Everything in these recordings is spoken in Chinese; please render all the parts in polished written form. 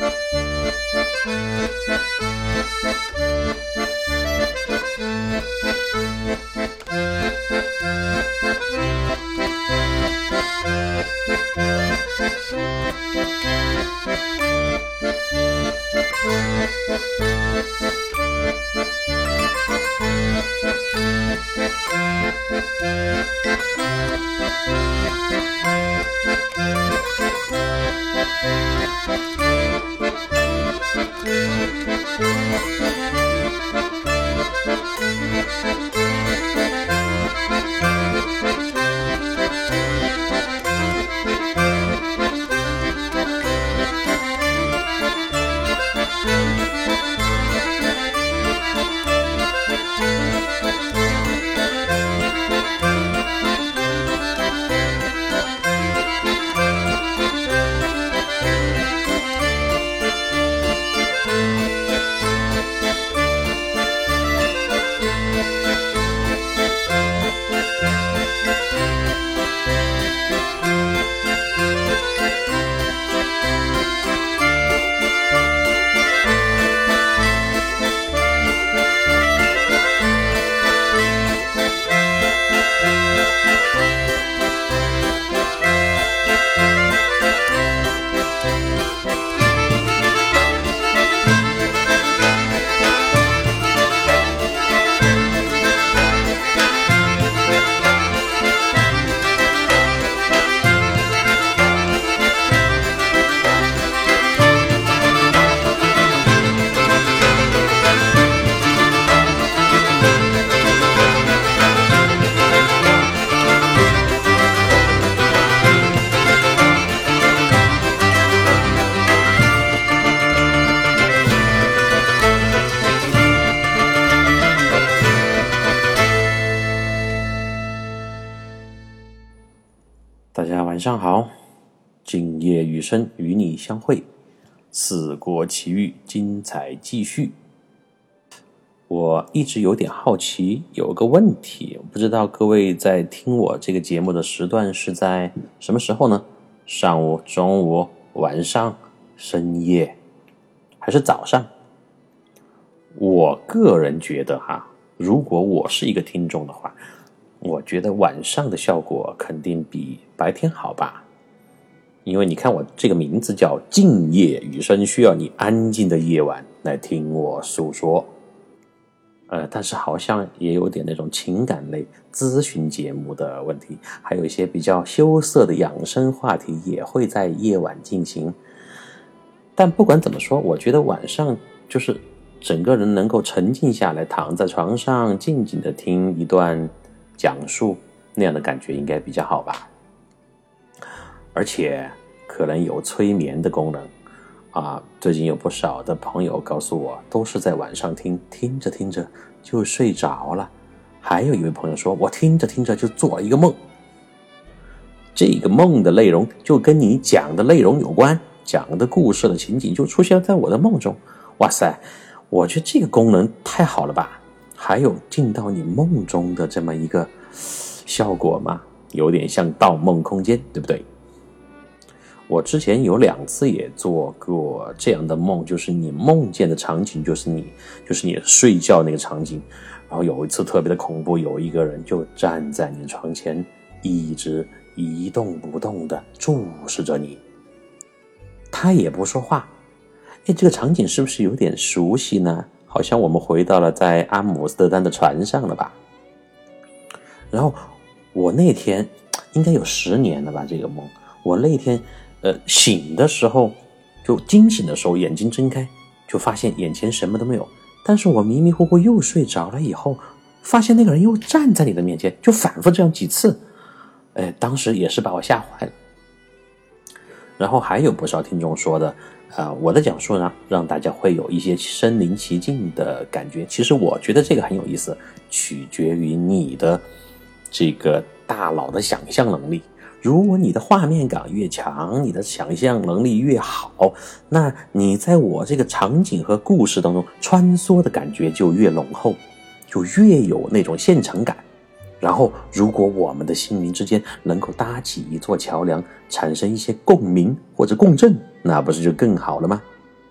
大家晚上好，今夜雨声与你相会，四国奇遇精彩继续。我一直有点好奇，有个问题，不知道各位在听我这个节目的时段是在什么时候呢？上午、中午、晚上、深夜，还是早上？我个人觉得如果我是一个听众的话，我觉得晚上的效果肯定比白天好吧。因为你看我这个名字叫静夜雨声，需要你安静的夜晚来听我诉说。但是好像也有点那种情感类咨询节目的问题，还有一些比较羞涩的养生话题也会在夜晚进行。但不管怎么说，我觉得晚上就是整个人能够沉静下来，躺在床上静静的听一段讲述，那样的感觉应该比较好吧。而且可能有催眠的功能最近有不少的朋友告诉我，都是在晚上听着听着就睡着了。还有一位朋友说，我听着听着就做了一个梦，这个梦的内容就跟你讲的内容有关，讲的故事的情景就出现在我的梦中。哇塞，我觉得这个功能太好了吧。还有进到你梦中的这么一个效果吗？有点像盗梦空间，对不对？我之前有2次也做过这样的梦，就是你梦见的场景就是你睡觉那个场景。然后有一次特别的恐怖，有一个人就站在你的床前，一直一动不动的注视着你，他也不说话。这个场景是不是有点熟悉呢？好像我们回到了在阿姆斯特丹的船上了吧。然后我那天应该有10年了吧，这个梦。我那天醒的时候，就惊醒的时候眼睛睁开，就发现眼前什么都没有。但是我迷迷糊糊又睡着了以后，发现那个人又站在你的面前，就反复这样几次。当时也是把我吓坏了。然后还有不少听众说的我的讲述呢，让大家会有一些身临其境的感觉。其实我觉得这个很有意思，取决于你的这个大脑的想象能力。如果你的画面感越强，你的想象能力越好，那你在我这个场景和故事当中穿梭的感觉就越浓厚，就越有那种现场感。然后如果我们的心灵之间能够搭起一座桥梁，产生一些共鸣或者共振，那不是就更好了吗？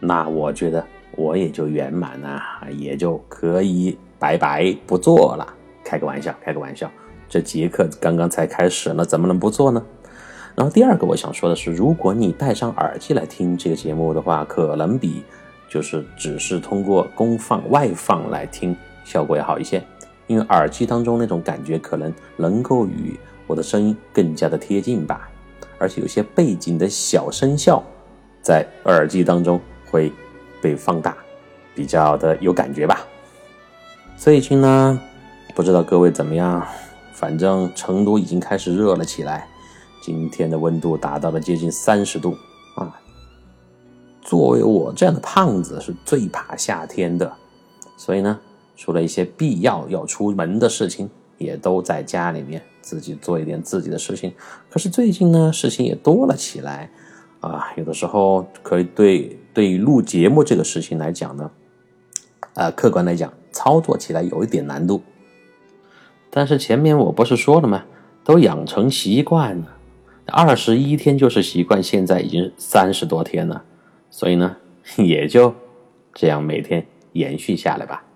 那我觉得我也就圆满了，也就可以拜拜不做了。开个玩笑，这节课刚刚才开始呢，怎么能不做呢？然后第二个我想说的是，如果你戴上耳机来听这个节目的话，可能比就是只是通过公放外放来听效果要好一些，因为耳机当中那种感觉可能够与我的声音更加的贴近吧，而且有些背景的小声效在耳机当中会被放大，比较的有感觉吧。最近呢，不知道各位怎么样，反正成都已经开始热了起来，今天的温度达到了接近30度啊。作为我这样的胖子是最怕夏天的，所以呢，除了一些必要出门的事情，也都在家里面自己做一点自己的事情。可是最近呢，事情也多了起来啊，有的时候可以对于录节目这个事情来讲呢，客观来讲操作起来有一点难度。但是前面我不是说了吗，都养成习惯了，21天就是习惯，现在已经30多天了，所以呢也就这样每天延续下来吧。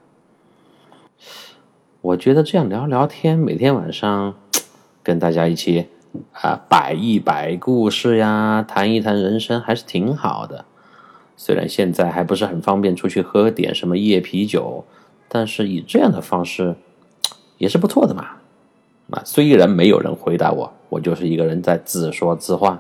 我觉得这样聊聊天，每天晚上跟大家一起摆一摆故事呀，谈一谈人生，还是挺好的。虽然现在还不是很方便出去喝点什么夜啤酒，但是以这样的方式也是不错的嘛。虽然没有人回答我就是一个人在自说自话，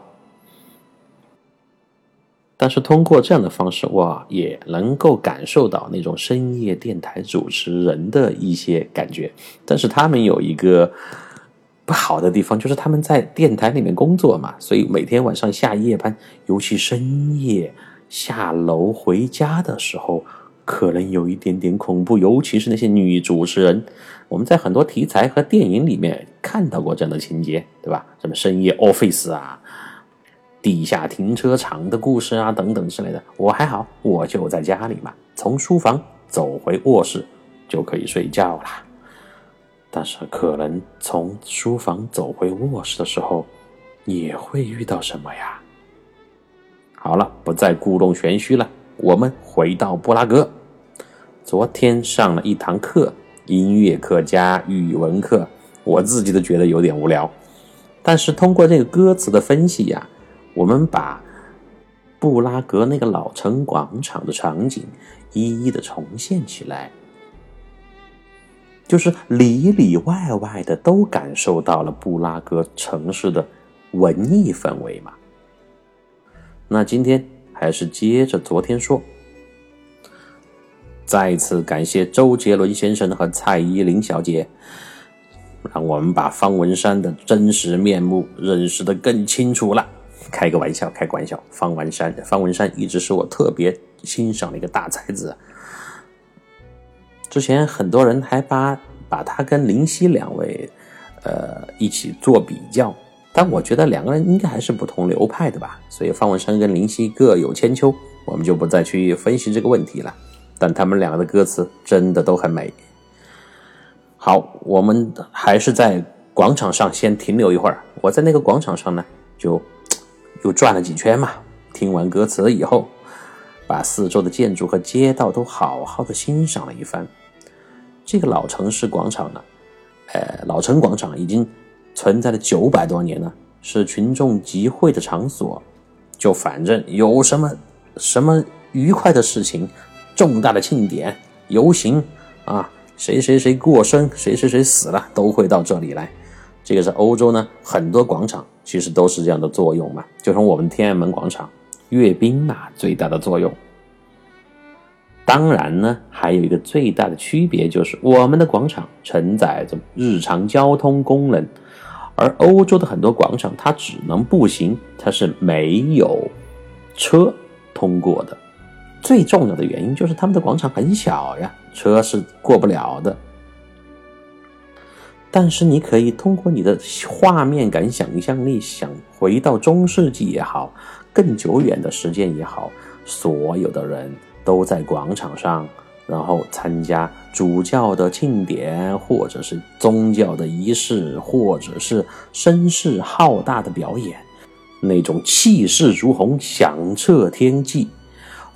但是通过这样的方式，我也能够感受到那种深夜电台主持人的一些感觉。但是他们有一个不好的地方，就是他们在电台里面工作嘛，所以每天晚上下夜班，尤其深夜下楼回家的时候，可能有一点点恐怖，尤其是那些女主持人。我们在很多题材和电影里面看到过这样的情节，对吧？什么深夜 office 啊，地下停车场的故事啊，等等之类的。我还好，我就在家里嘛，从书房走回卧室就可以睡觉了。但是可能从书房走回卧室的时候，也会遇到什么呀？好了，不再故弄玄虚了，我们回到布拉格。昨天上了一堂课，音乐课加语文课，我自己都觉得有点无聊。但是通过这个歌词的分析呀，我们把布拉格那个老城广场的场景一一的重现起来，就是里里外外的都感受到了布拉格城市的文艺氛围嘛。那今天还是接着昨天说，再次感谢周杰伦先生和蔡依林小姐，让我们把方文山的真实面目认识得更清楚了。开个玩笑，方文山一直是我特别欣赏的一个大才子。之前很多人还把他跟林夕两位一起做比较，但我觉得两个人应该还是不同流派的吧，所以方文山跟林夕各有千秋，我们就不再去分析这个问题了。但他们两个的歌词真的都很美。好，我们还是在广场上先停留一会儿。我在那个广场上呢，就又转了几圈嘛。听完歌词以后，把四周的建筑和街道都好好的欣赏了一番。这个老城市广场呢，老城广场已经存在了900多年了，是群众集会的场所。就反正有什么愉快的事情，重大的庆典、游行啊，谁过生，谁死了，都会到这里来。这个是欧洲呢，很多广场其实都是这样的作用嘛，就从我们天安门广场阅兵嘛，最大的作用。当然呢，还有一个最大的区别，就是我们的广场承载着日常交通功能，而欧洲的很多广场它只能步行，它是没有车通过的。最重要的原因就是他们的广场很小呀，车是过不了的。但是你可以通过你的画面感、想象力，想回到中世纪也好，更久远的时间也好，所有的人都在广场上，然后参加主教的庆典，或者是宗教的仪式，或者是声势浩大的表演，那种气势如虹，响彻天际。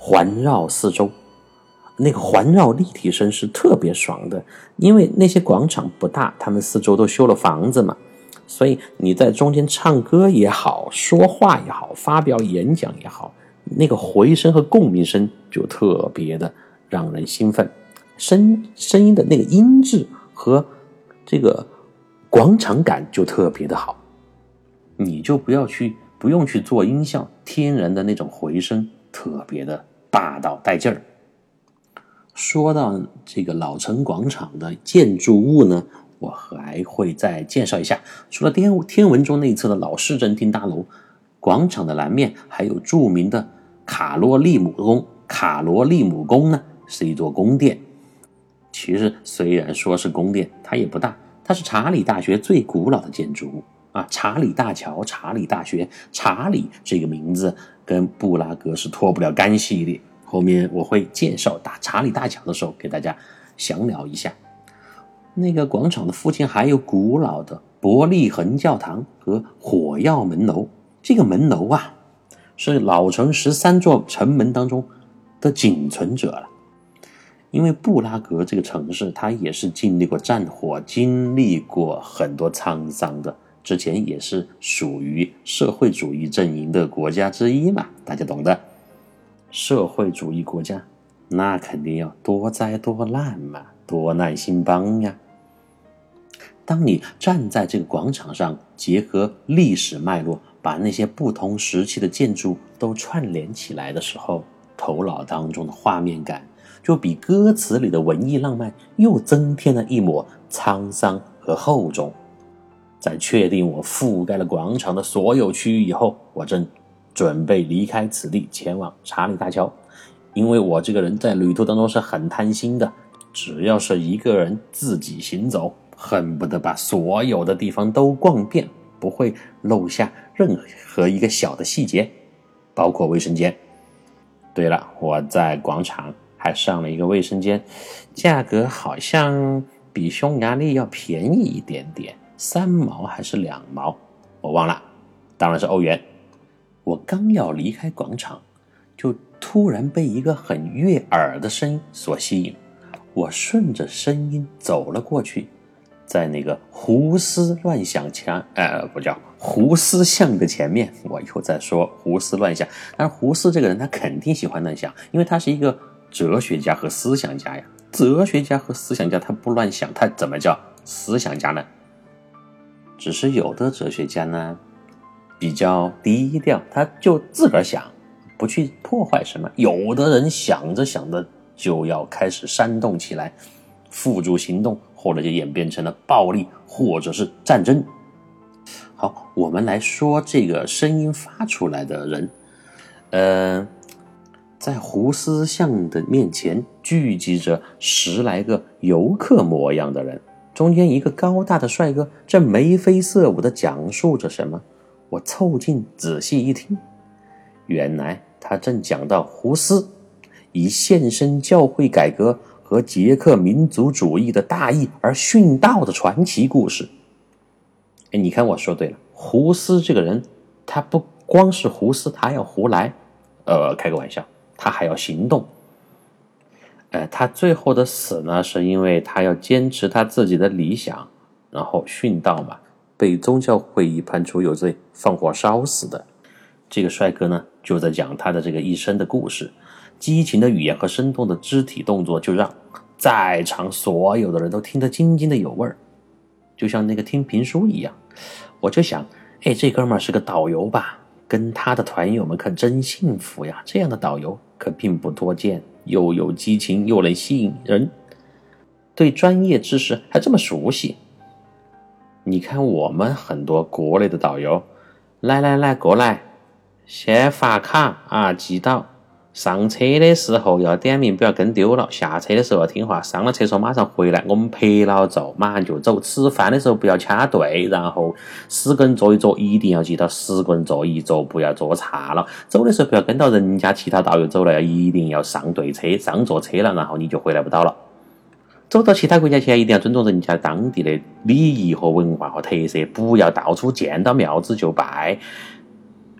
环绕四周。那个环绕立体声是特别爽的，因为那些广场不大，他们四周都修了房子嘛，所以你在中间唱歌也好，说话也好，发表演讲也好，那个回声和共鸣声就特别的让人兴奋，声音的那个音质和这个广场感就特别的好，你就不用去做音效，天然的那种回声特别的霸道带劲儿。说到这个老城广场的建筑物呢，我还会再介绍一下，除了天文中内侧的老市政厅大楼，广场的南面还有著名的卡罗利姆宫。卡罗利姆宫呢是一座宫殿，其实虽然说是宫殿，它也不大，它是查理大学最古老的建筑物啊。查理大桥、查理大学，查理这个名字跟布拉格是脱不了干系的。后面我会介绍查理大桥的时候给大家详聊一下。那个广场的附近还有古老的伯利恒教堂和火药门楼，这个门楼啊是老城13座城门当中的仅存者了。因为布拉格这个城市它也是经历过战火，经历过很多沧桑的，之前也是属于社会主义阵营的国家之一嘛，大家懂的。社会主义国家那肯定要多灾多难嘛，多难兴邦呀。当你站在这个广场上，结合历史脉络，把那些不同时期的建筑都串联起来的时候，头脑当中的画面感就比歌词里的文艺浪漫又增添了一抹沧桑和厚重。在确定我覆盖了广场的所有区域以后，我正准备离开此地前往查理大桥，因为我这个人在旅途当中是很贪心的，只要是一个人自己行走，恨不得把所有的地方都逛遍，不会漏下任何一个小的细节，包括卫生间。对了，我在广场还上了一个卫生间，价格好像比匈牙利要便宜一点点，3毛还是2毛，我忘了，当然是欧元。我刚要离开广场，就突然被一个很悦耳的声音所吸引，我顺着声音走了过去，在那个胡思乱想胡思巷的前面，我又在说胡思乱想，但是胡思这个人他肯定喜欢乱想，因为他是一个哲学家和思想家呀。哲学家和思想家他不乱想，他怎么叫思想家呢？只是有的哲学家呢比较低调，他就自个儿想，不去破坏什么。有的人想着想着就要开始煽动起来，付诸行动，或者就演变成了暴力或者是战争。好，我们来说这个声音发出来的人。在胡思巷的面前聚集着10来个游客模样的人，中间一个高大的帅哥正眉飞色舞地讲述着什么。我凑近仔细一听，原来他正讲到胡斯以献身教会改革和捷克民族主义的大义而殉道的传奇故事。你看我说对了，胡斯这个人他不光是胡斯，他还要胡来，开个玩笑，他还要行动。他最后的死呢，是因为他要坚持他自己的理想，然后殉道嘛，被宗教会议判处有罪，放火烧死的。这个帅哥呢，就在讲他的这个一生的故事，激情的语言和生动的肢体动作，就让在场所有的人都听得津津的有味儿，就像那个听评书一样。我就想，这哥们儿是个导游吧，跟他的团友们可真幸福呀，这样的导游可并不多见，又有激情又能吸引人，对专业知识还这么熟悉。你看我们很多国内的导游，来过来，先发卡啊，记到上车的时候要点名，不要跟丢了，下车的时候要听话，上了厕所马上回来，我们拍了照马上就走，吃饭的时候不要掐队，然后10个人坐一桌，一定要记到10个人坐一桌，不要坐差了，走的时候不要跟到人家其他导游走了，一定要上对车，上错车了然后你就回来不到了。走到其他国家前一定要尊重人家当地的礼仪和文化和特色，不要到处见到庙子就拜，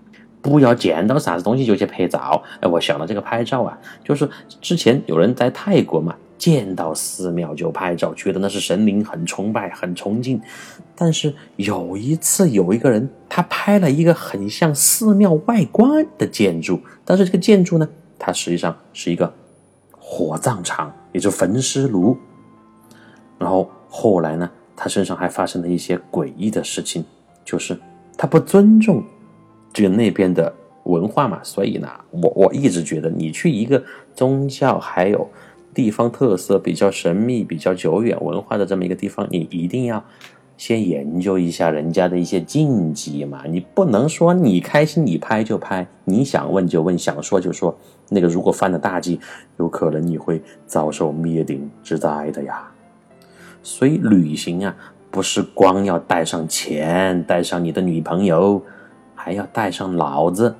不要见到啥子东西就去拍照。我想到这个拍照啊，就是之前有人在泰国嘛，见到寺庙就拍照，觉得那是神灵，很崇拜很崇敬。但是有一次有一个人他拍了一个很像寺庙外观的建筑，但是这个建筑呢，它实际上是一个火葬场，也就是焚尸炉。然后后来呢，他身上还发生了一些诡异的事情，就是他不尊重这个那边的文化嘛，所以呢，我一直觉得你去一个宗教还有地方特色比较神秘、比较久远文化的这么一个地方，你一定要先研究一下人家的一些禁忌嘛。你不能说你开心你拍就拍，你想问就问，想说就说，那个如果犯了大忌，有可能你会遭受灭顶之灾的呀。所以旅行啊，不是光要带上钱，带上你的女朋友，还要带上脑子，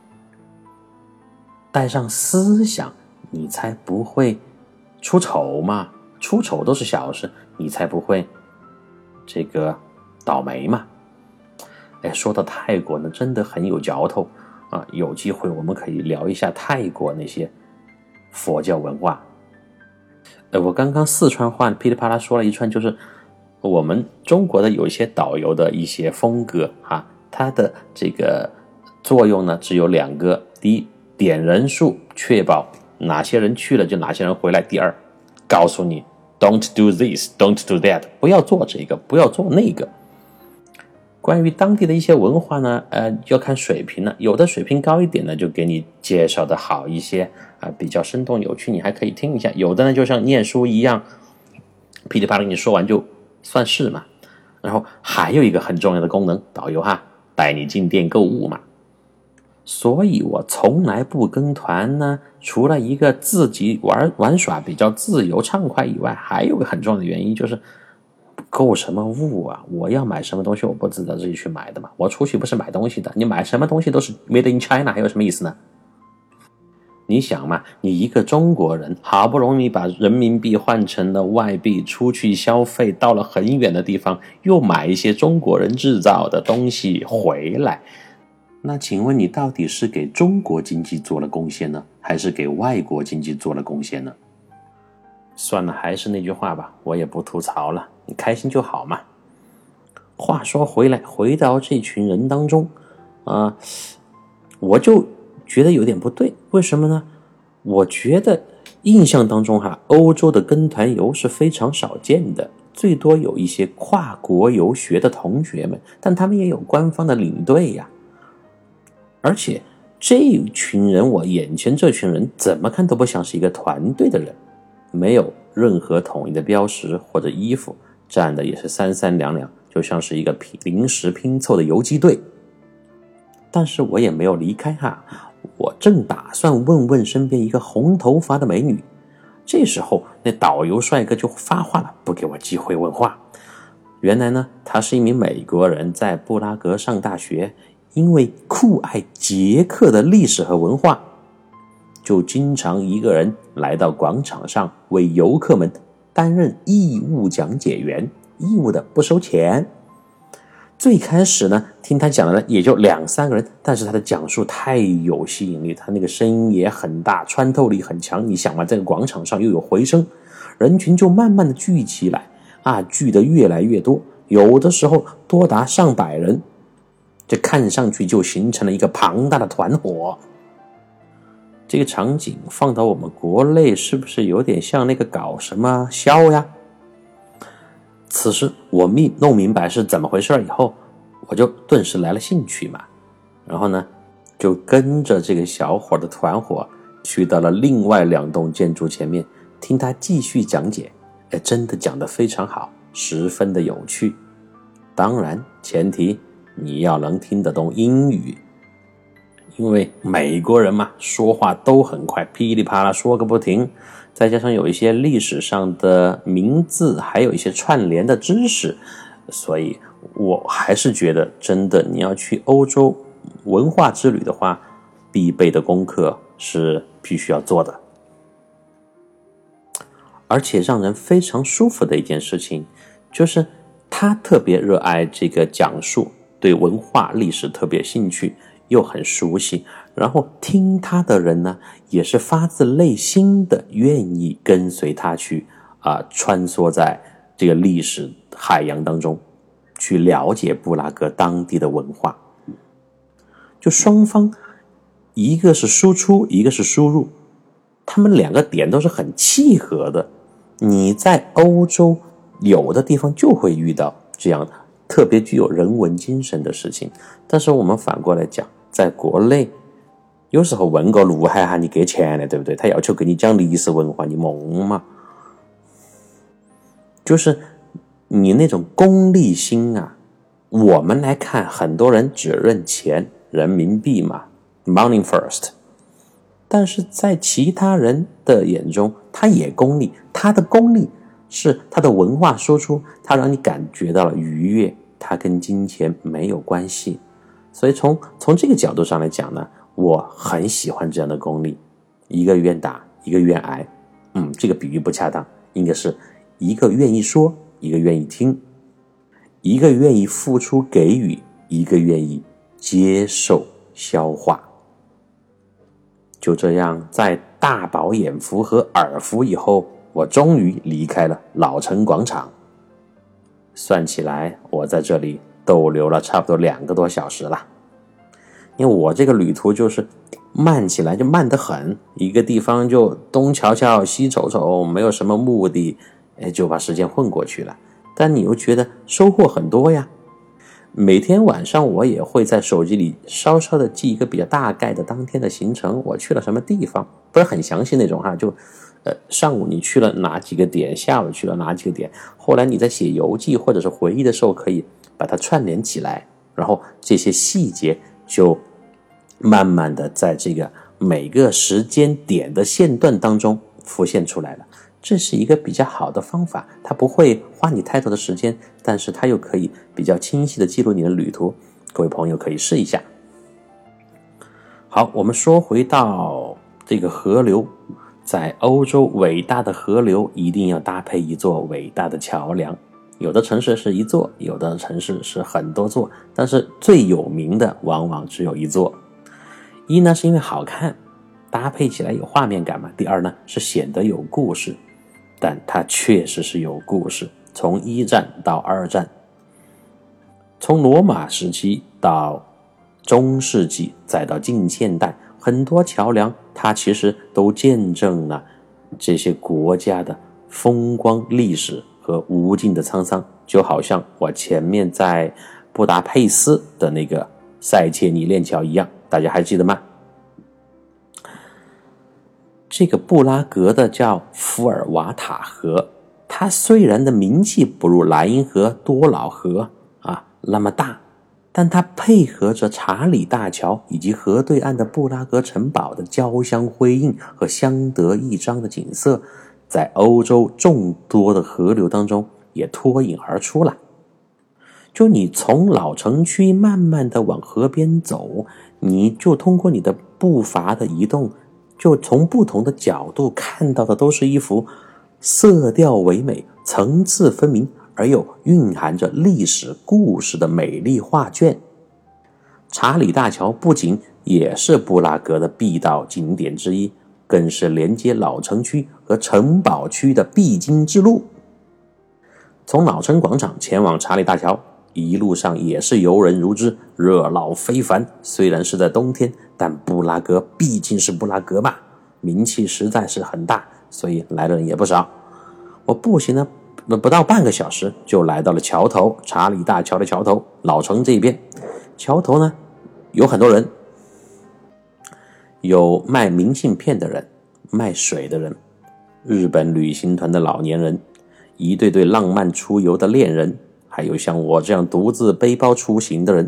带上思想，你才不会出丑嘛。出丑都是小事，你才不会这个倒霉嘛。说到泰国呢，真的很有嚼头啊！有机会我们可以聊一下泰国那些佛教文化。我刚刚四川话噼里啪啦说了一串，就是我们中国的有一些导游的一些风格哈，它的这个作用呢只有两个：第一，点人数，确保哪些人去了就哪些人回来；第二，告诉你 don't do this, don't do that， 不要做这个，不要做那个。关于当地的一些文化呢，要看水平了，有的水平高一点呢，就给你介绍的好一些比较生动有趣，你还可以听一下。有的呢，就像念书一样，噼里啪啦给你说完就算是嘛。然后还有一个很重要的功能，导游哈，带你进店购物嘛。所以我从来不跟团呢，除了一个自己玩耍比较自由畅快以外，还有个很重要的原因就是购什么物啊？我要买什么东西，我不自己去买的嘛。我出去不是买东西的，你买什么东西都是 made in China， 还有什么意思呢？你想嘛，你一个中国人好不容易把人民币换成了外币，出去消费，到了很远的地方，又买一些中国人制造的东西回来，那请问你到底是给中国经济做了贡献呢，还是给外国经济做了贡献呢？算了，还是那句话吧，我也不吐槽了，你开心就好嘛。话说回来，回到这群人当中我就觉得有点不对。为什么呢？我觉得印象当中欧洲的跟团游是非常少见的，最多有一些跨国游学的同学们，但他们也有官方的领队呀。而且这群人，我眼前这群人怎么看都不像是一个团队的人，没有任何统一的标识或者衣服，站的也是三三两两，就像是一个临时拼凑的游击队。但是我也没有离开我正打算问问身边一个红头发的美女，这时候那导游帅哥就发话了，不给我机会问话。原来呢，他是一名美国人，在布拉格上大学，因为酷爱捷克的历史和文化，就经常一个人来到广场上，为游客们担任义务讲解员，义务的，不收钱。最开始呢，听他讲的也就2-3个人，但是他的讲述太有吸引力，他那个声音也很大，穿透力很强。你想嘛，这个广场上又有回声，人群就慢慢的聚起来聚得越来越多，有的时候多达上百人，这看上去就形成了一个庞大的团伙。这个场景放到我们国内是不是有点像那个搞什么销呀？此时我弄明白是怎么回事以后，我就顿时来了兴趣嘛。然后呢，就跟着这个小伙的团伙去到了另外2栋建筑前面，听他继续讲解。真的讲得非常好，十分的有趣。当然前提你要能听得懂英语，因为美国人嘛，说话都很快，噼里啪啦说个不停，再加上有一些历史上的名字，还有一些串联的知识，所以我还是觉得真的你要去欧洲文化之旅的话，必备的功课是必须要做的。而且让人非常舒服的一件事情，就是他特别热爱这个讲述，对文化历史特别兴趣， 又很熟悉，然后听他的人呢也是发自内心的愿意跟随他去穿梭在这个历史海洋当中，去了解布拉格当地的文化。就双方一个是输出，一个是输入，他们两个点都是很契合的。你在欧洲有的地方就会遇到这样特别具有人文精神的事情，但是我们反过来讲，在国内有时候问个路还喊你给钱的，对不对？他要求给你讲历史文化，你懵吗？就是你那种功利心啊，我们来看很多人只认钱，人民币嘛， money first， 但是在其他人的眼中他也功利，他的功利是他的文化输出，他让你感觉到了愉悦，他跟金钱没有关系。所以从这个角度上来讲呢，我很喜欢这样的功利，一个愿打一个愿挨。这个比喻不恰当，应该是一个愿意说，一个愿意听，一个愿意付出给予，一个愿意接受消化。就这样，在大饱眼福和耳福以后，我终于离开了老城广场。算起来，我在这里逗留了差不多2个多小时了。因为我这个旅途就是慢起来就慢得很，一个地方就东瞧瞧西瞅瞅，没有什么目的，就把时间混过去了。但你又觉得收获很多呀。每天晚上我也会在手机里稍稍的记一个比较大概的当天的行程，我去了什么地方，不是很详细那种就上午你去了哪几个点，下午去了哪几个点，后来你在写游记或者是回忆的时候可以把它串联起来，然后这些细节就慢慢的在这个每个时间点的线段当中浮现出来了。这是一个比较好的方法，它不会花你太多的时间，但是它又可以比较清晰的记录你的旅途。各位朋友可以试一下。好，我们说回到这个河流，在欧洲伟大的河流一定要搭配一座伟大的桥梁，有的城市是一座，有的城市是很多座，但是最有名的往往只有一座。一呢是因为好看，搭配起来有画面感嘛。第二呢是显得有故事，但它确实是有故事。从1战到2战，从罗马时期到中世纪，再到近现代，很多桥梁它其实都见证了这些国家的风光历史和无尽的沧桑。就好像我前面在布达佩斯的那个塞切尼链桥一样，大家还记得吗？这个布拉格的叫福尔瓦塔河，它虽然的名气不如莱茵河、多瑙河那么大，但它配合着查理大桥以及河对岸的布拉格城堡的交相辉映和相得益彰的景色，在欧洲众多的河流当中也脱颖而出了。就你从老城区慢慢的往河边走，你就通过你的步伐的移动，就从不同的角度看到的都是一幅色调唯美、层次分明而又蕴含着历史故事的美丽画卷。查理大桥不仅也是布拉格的必到景点之一，更是连接老城区和城堡区的必经之路。从老城广场前往查理大桥，一路上也是游人如织，热闹非凡。虽然是在冬天，但布拉格毕竟是布拉格嘛，名气实在是很大，所以来的人也不少。我步行呢不到半个小时就来到了桥头，查理大桥的桥头，老城这边。桥头呢有很多人，有卖明信片的人，卖水的人，日本旅行团的老年人，一对对浪漫出游的恋人，还有像我这样独自背包出行的人。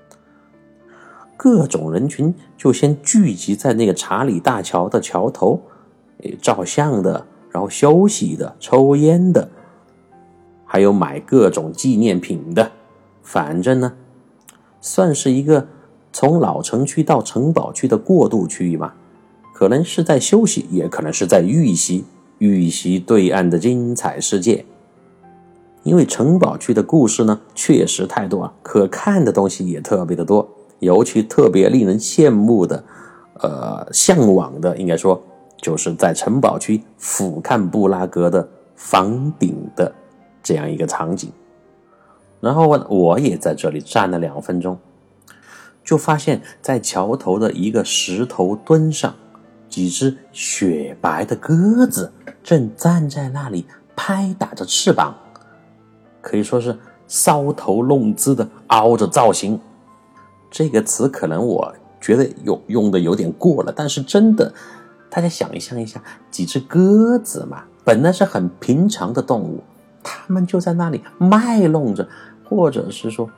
各种人群就先聚集在那个查理大桥的桥头，照相的，然后休息的，抽烟的，还有买各种纪念品的。反正呢算是一个从老城区到城堡区的过渡区域嘛，可能是在休息，也可能是在预习对岸的精彩世界。因为城堡区的故事呢确实太多了，可看的东西也特别的多。 尤其特别令人羡慕的向往的，应该说就是在城堡区俯瞰布拉格的房顶的这样一个场景。然后我也在这里站了2分钟，就发现在桥头的一个石头墩上，几只雪白的鸽子正站在那里拍打着翅膀，可以说是搔头弄姿的凹着造型。这个词可能我觉得用的有点过了，但是真的，大家想象一下，几只鸽子嘛，本来是很平常的动物，它们就在那里卖弄着，或者是说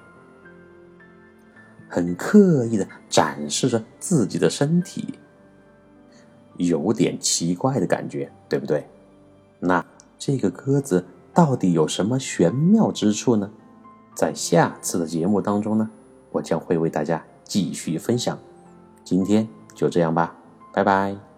很刻意的展示着自己的身体，有点奇怪的感觉，对不对？那这个鸽子到底有什么玄妙之处呢？在下次的节目当中呢，我将会为大家继续分享。今天就这样吧，拜拜。